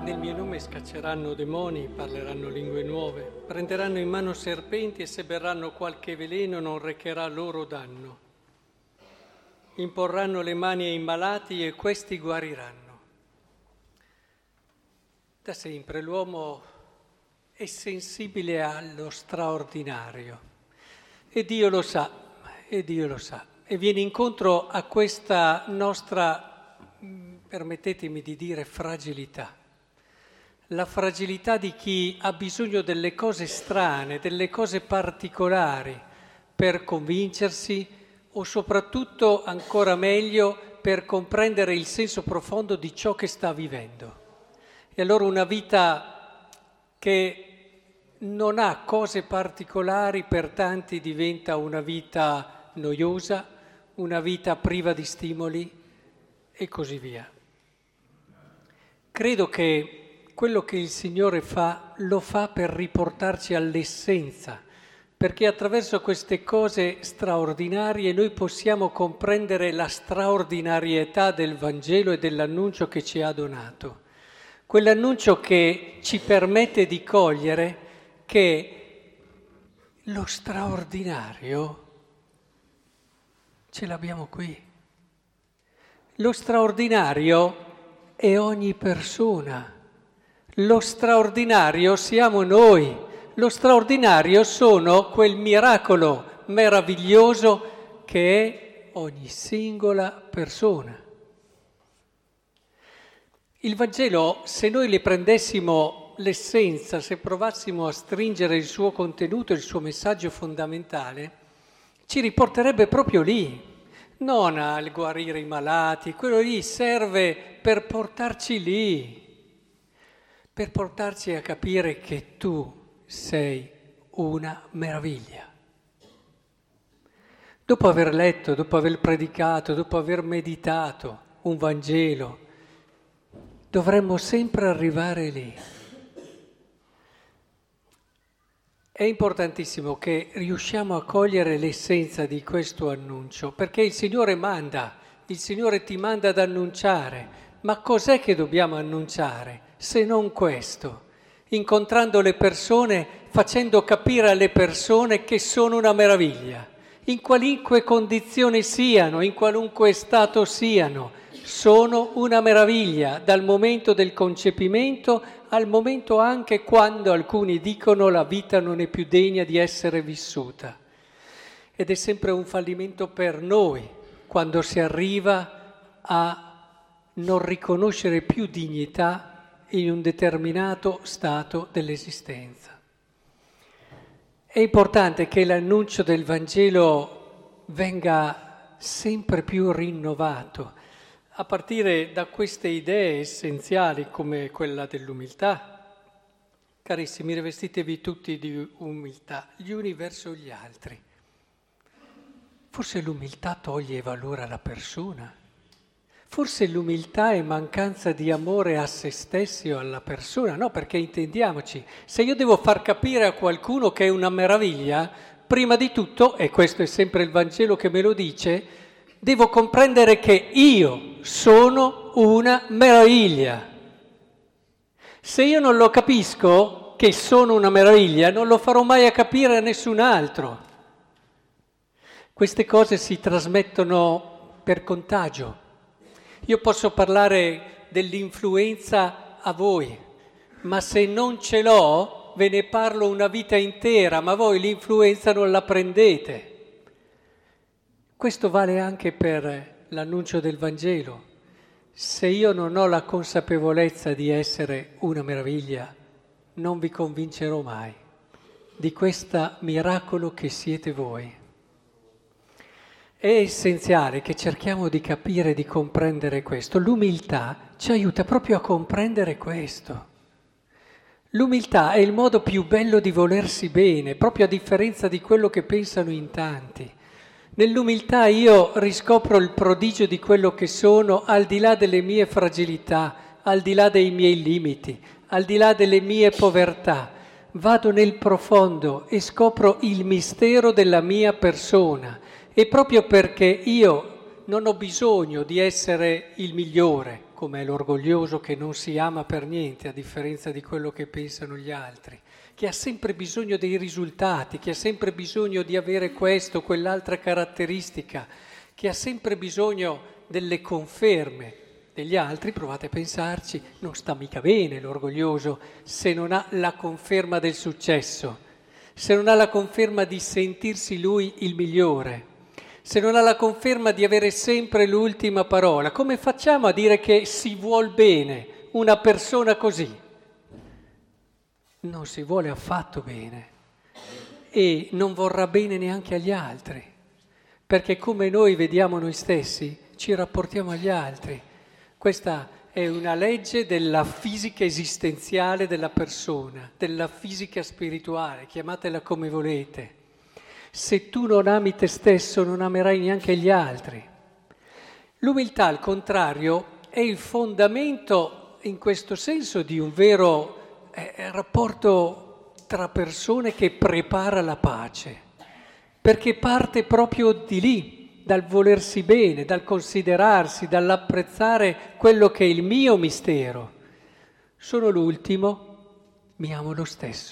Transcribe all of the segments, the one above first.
Nel mio nome scacceranno demoni, parleranno lingue nuove, prenderanno in mano serpenti e se berranno qualche veleno non recherà loro danno. Imporranno le mani ai malati e questi guariranno. Da sempre l'uomo è sensibile allo straordinario e Dio lo sa, e viene incontro a questa nostra, permettetemi di dire, fragilità. La fragilità di chi ha bisogno delle cose strane, delle cose particolari per convincersi o soprattutto, ancora meglio, per comprendere il senso profondo di ciò che sta vivendo. E allora una vita che non ha cose particolari per tanti diventa una vita noiosa, una vita priva di stimoli e così via. Credo che quello che il Signore fa, lo fa per riportarci all'essenza, perché attraverso queste cose straordinarie noi possiamo comprendere la straordinarietà del Vangelo e dell'annuncio che ci ha donato. Quell'annuncio che ci permette di cogliere che lo straordinario ce l'abbiamo qui. Lo straordinario è ogni persona. Lo straordinario siamo noi, lo straordinario sono quel miracolo meraviglioso che è ogni singola persona. Il Vangelo, se noi le prendessimo l'essenza, se provassimo a stringere il suo contenuto, il suo messaggio fondamentale, ci riporterebbe proprio lì, non al guarire i malati, quello lì serve per portarci lì. Per portarci a capire che tu sei una meraviglia. Dopo aver letto, dopo aver predicato, dopo aver meditato un Vangelo, dovremmo sempre arrivare lì. È importantissimo che riusciamo a cogliere l'essenza di questo annuncio, perché il Signore manda, il Signore ti manda ad annunciare. Ma cos'è che dobbiamo annunciare? Se non questo, incontrando le persone, facendo capire alle persone che sono una meraviglia, in qualunque condizione siano, in qualunque stato siano, sono una meraviglia, dal momento del concepimento al momento anche quando alcuni dicono la vita non è più degna di essere vissuta. Ed è sempre un fallimento per noi quando si arriva a non riconoscere più dignità in un determinato stato dell'esistenza. È importante che l'annuncio del Vangelo venga sempre più rinnovato, a partire da queste idee essenziali come quella dell'umiltà. Carissimi, rivestitevi tutti di umiltà, gli uni verso gli altri. Forse l'umiltà toglie valore alla persona. Forse l'umiltà è mancanza di amore a se stessi o alla persona, no? Perché intendiamoci, se io devo far capire a qualcuno che è una meraviglia, prima di tutto, e questo è sempre il Vangelo che me lo dice, devo comprendere che io sono una meraviglia. Se io non lo capisco che sono una meraviglia, non lo farò mai a capire a nessun altro. Queste cose si trasmettono per contagio. Io posso parlare dell'influenza a voi, ma se non ce l'ho, ve ne parlo una vita intera, ma voi l'influenza non la prendete. Questo vale anche per l'annuncio del Vangelo. Se io non ho la consapevolezza di essere una meraviglia, non vi convincerò mai di questo miracolo che siete voi. È essenziale che cerchiamo di capire, di comprendere questo. L'umiltà ci aiuta proprio a comprendere questo. L'umiltà è il modo più bello di volersi bene, proprio a differenza di quello che pensano in tanti. Nell'umiltà io riscopro il prodigio di quello che sono, al di là delle mie fragilità, al di là dei miei limiti, al di là delle mie povertà. Vado nel profondo e scopro il mistero della mia persona. E proprio perché io non ho bisogno di essere il migliore, come è l'orgoglioso che non si ama per niente, a differenza di quello che pensano gli altri, che ha sempre bisogno dei risultati, che ha sempre bisogno di avere questo, quell'altra caratteristica, che ha sempre bisogno delle conferme degli altri. Provate a pensarci, non sta mica bene l'orgoglioso se non ha la conferma del successo, se non ha la conferma di sentirsi lui il migliore, se non ha la conferma di avere sempre l'ultima parola. Come facciamo a dire che si vuol bene una persona così? Non si vuole affatto bene e non vorrà bene neanche agli altri, perché come noi vediamo noi stessi, ci rapportiamo agli altri. Questa è una legge della fisica esistenziale della persona, della fisica spirituale, chiamatela come volete. Se tu non ami te stesso, non amerai neanche gli altri. L'umiltà, al contrario, è il fondamento, in questo senso, di un vero rapporto tra persone che prepara la pace, perché parte proprio di lì, dal volersi bene, dal considerarsi, dall'apprezzare quello che è il mio mistero. Sono l'ultimo, mi amo lo stesso.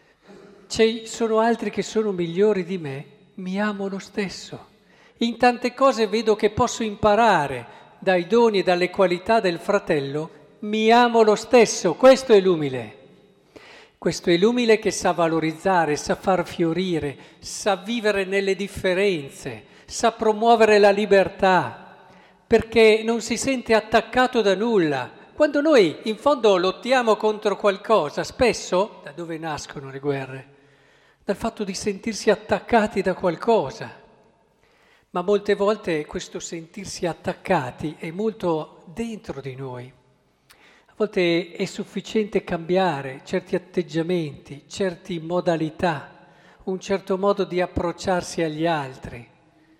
Ci sono altri che sono migliori di me, mi amo lo stesso. In tante cose vedo che posso imparare dai doni e dalle qualità del fratello, mi amo lo stesso. Questo è l'umile. Questo è l'umile che sa valorizzare, sa far fiorire, sa vivere nelle differenze, sa promuovere la libertà, perché non si sente attaccato da nulla. Quando noi in fondo lottiamo contro qualcosa, spesso, da dove nascono le guerre? Dal fatto di sentirsi attaccati da qualcosa. Ma molte volte questo sentirsi attaccati è molto dentro di noi. A volte è sufficiente cambiare certi atteggiamenti, certe modalità, un certo modo di approcciarsi agli altri.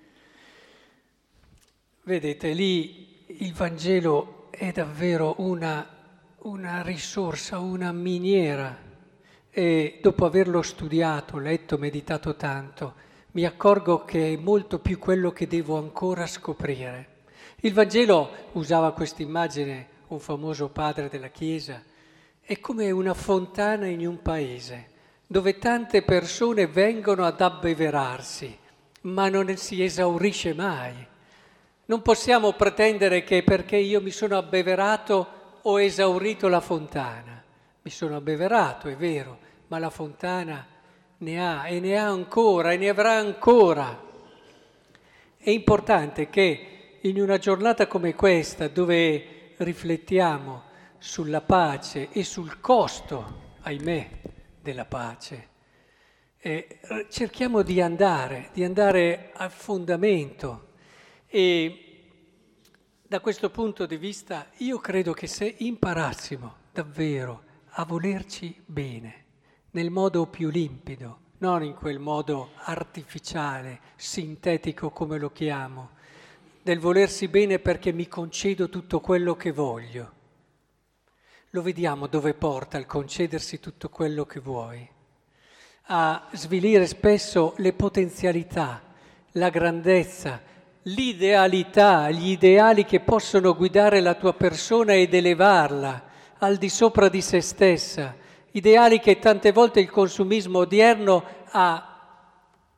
Vedete, lì il Vangelo è davvero una risorsa, una miniera. E dopo averlo studiato, letto, meditato tanto, mi accorgo che è molto più quello che devo ancora scoprire. Il Vangelo usava questa immagine, un famoso padre della Chiesa, è come una fontana in un paese, dove tante persone vengono ad abbeverarsi, ma non si esaurisce mai. Non possiamo pretendere che perché io mi sono abbeverato ho esaurito la fontana. Mi sono abbeverato, è vero, ma la fontana ne ha e ne ha ancora e ne avrà ancora. È importante che in una giornata come questa, dove riflettiamo sulla pace e sul costo, ahimè, della pace, cerchiamo di andare al fondamento. E da questo punto di vista io credo che se imparassimo davvero a volerci bene, nel modo più limpido, non in quel modo artificiale, sintetico come lo chiamo, del volersi bene perché mi concedo tutto quello che voglio. Lo vediamo dove porta il concedersi tutto quello che vuoi? A svilire spesso le potenzialità, la grandezza, l'idealità, gli ideali che possono guidare la tua persona ed elevarla al di sopra di se stessa, ideali che tante volte il consumismo odierno ha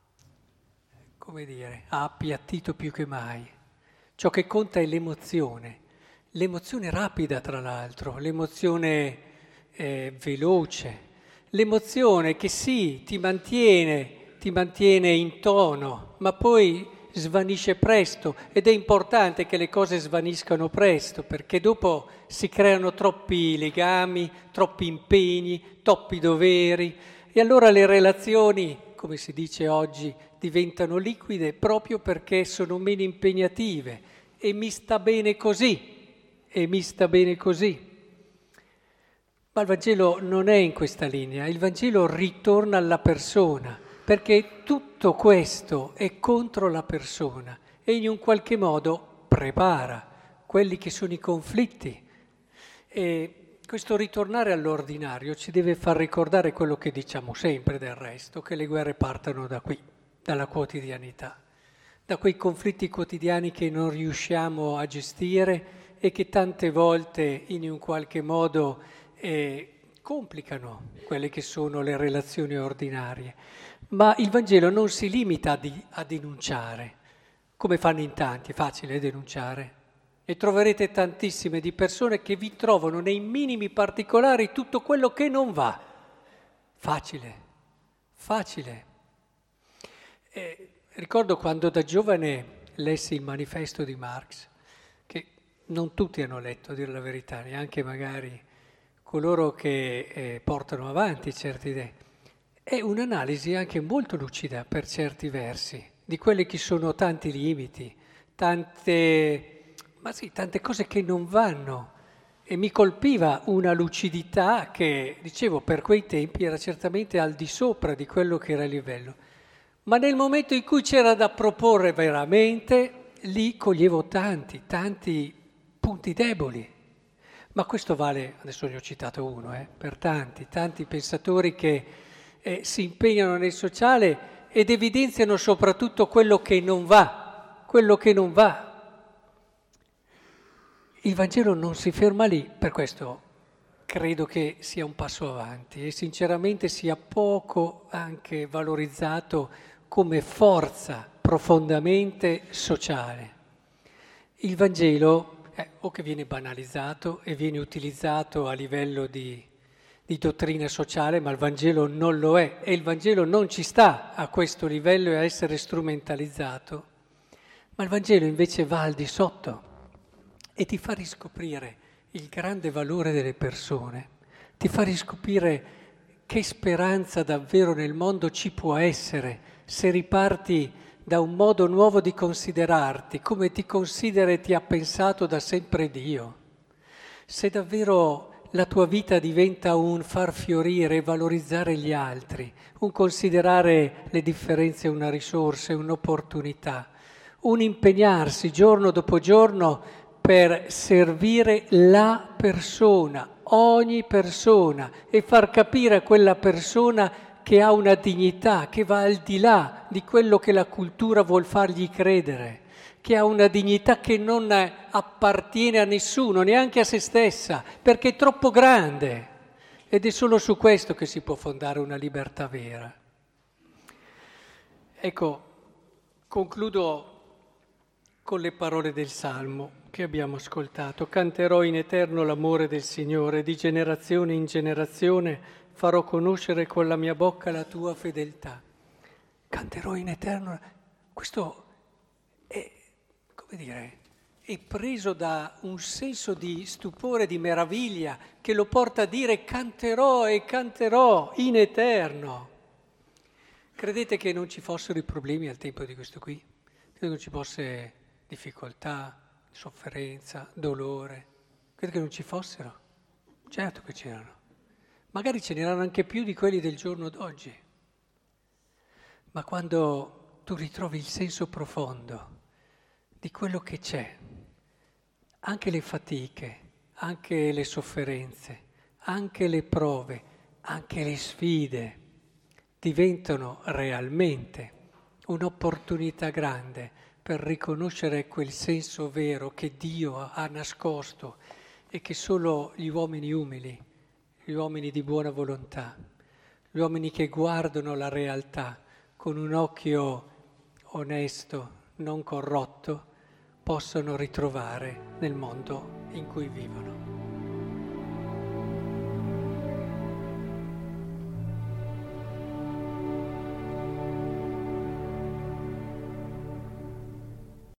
appiattito più che mai. Ciò che conta è l'emozione rapida tra l'altro, l'emozione veloce, l'emozione che sì, ti mantiene in tono, ma poi svanisce presto, ed è importante che le cose svaniscano presto, perché dopo si creano troppi legami, troppi impegni, troppi doveri, e allora le relazioni, come si dice oggi, diventano liquide proprio perché sono meno impegnative, e mi sta bene così. Ma il Vangelo non è in questa linea, il Vangelo ritorna alla persona, perché tutto questo è contro la persona e in un qualche modo prepara quelli che sono i conflitti. E questo ritornare all'ordinario ci deve far ricordare quello che diciamo sempre del resto, che le guerre partano da qui, dalla quotidianità, da quei conflitti quotidiani che non riusciamo a gestire e che tante volte in un qualche modo complicano quelle che sono le relazioni ordinarie. Ma il Vangelo non si limita a denunciare, come fanno in tanti, è facile denunciare. E troverete tantissime di persone che vi trovano nei minimi particolari tutto quello che non va. Facile, facile. Ricordo quando da giovane lessi il manifesto di Marx, che non tutti hanno letto, a dire la verità, neanche magari coloro che portano avanti certe idee. È un'analisi anche molto lucida per certi versi, di quelli che sono tanti limiti, tante cose che non vanno. E mi colpiva una lucidità che, dicevo, per quei tempi era certamente al di sopra di quello che era il livello. Ma nel momento in cui c'era da proporre veramente, lì coglievo tanti punti deboli. Ma questo vale, adesso ne ho citato uno, per tanti pensatori che si impegnano nel sociale ed evidenziano soprattutto quello che non va, quello che non va. Il Vangelo non si ferma lì, per questo credo che sia un passo avanti e sinceramente sia poco anche valorizzato come forza profondamente sociale. Il Vangelo o che viene banalizzato e viene utilizzato a livello di dottrina sociale, ma il Vangelo non lo è e il Vangelo non ci sta a questo livello e a essere strumentalizzato, ma il Vangelo invece va al di sotto e ti fa riscoprire il grande valore delle persone, ti fa riscoprire che speranza davvero nel mondo ci può essere se riparti da un modo nuovo di considerarti, come ti considera e ti ha pensato da sempre Dio. Se davvero la tua vita diventa un far fiorire e valorizzare gli altri, un considerare le differenze una risorsa e un'opportunità, un impegnarsi giorno dopo giorno per servire la persona, ogni persona, e far capire a quella persona che ha una dignità che va al di là di quello che la cultura vuol fargli credere, che ha una dignità che non appartiene a nessuno, neanche a se stessa, perché è troppo grande. Ed è solo su questo che si può fondare una libertà vera. Ecco, concludo con le parole del Salmo che abbiamo ascoltato. Canterò in eterno l'amore del Signore, di generazione in generazione farò conoscere con la mia bocca la tua fedeltà. Canterò in eterno. Questo è, come dire, è preso da un senso di stupore, di meraviglia, che lo porta a dire canterò e canterò in eterno. Credete che non ci fossero i problemi al tempo di questo qui? Credo che non ci fosse difficoltà, sofferenza, dolore. Credo che non ci fossero. Certo che c'erano. Magari ce n'erano anche più di quelli del giorno d'oggi. Ma quando tu ritrovi il senso profondo di quello che c'è, anche le fatiche, anche le sofferenze, anche le prove, anche le sfide, diventano realmente un'opportunità grande per riconoscere quel senso vero che Dio ha nascosto e che solo gli uomini umili, gli uomini di buona volontà, gli uomini che guardano la realtà con un occhio onesto, non corrotto, possono ritrovare nel mondo in cui vivono.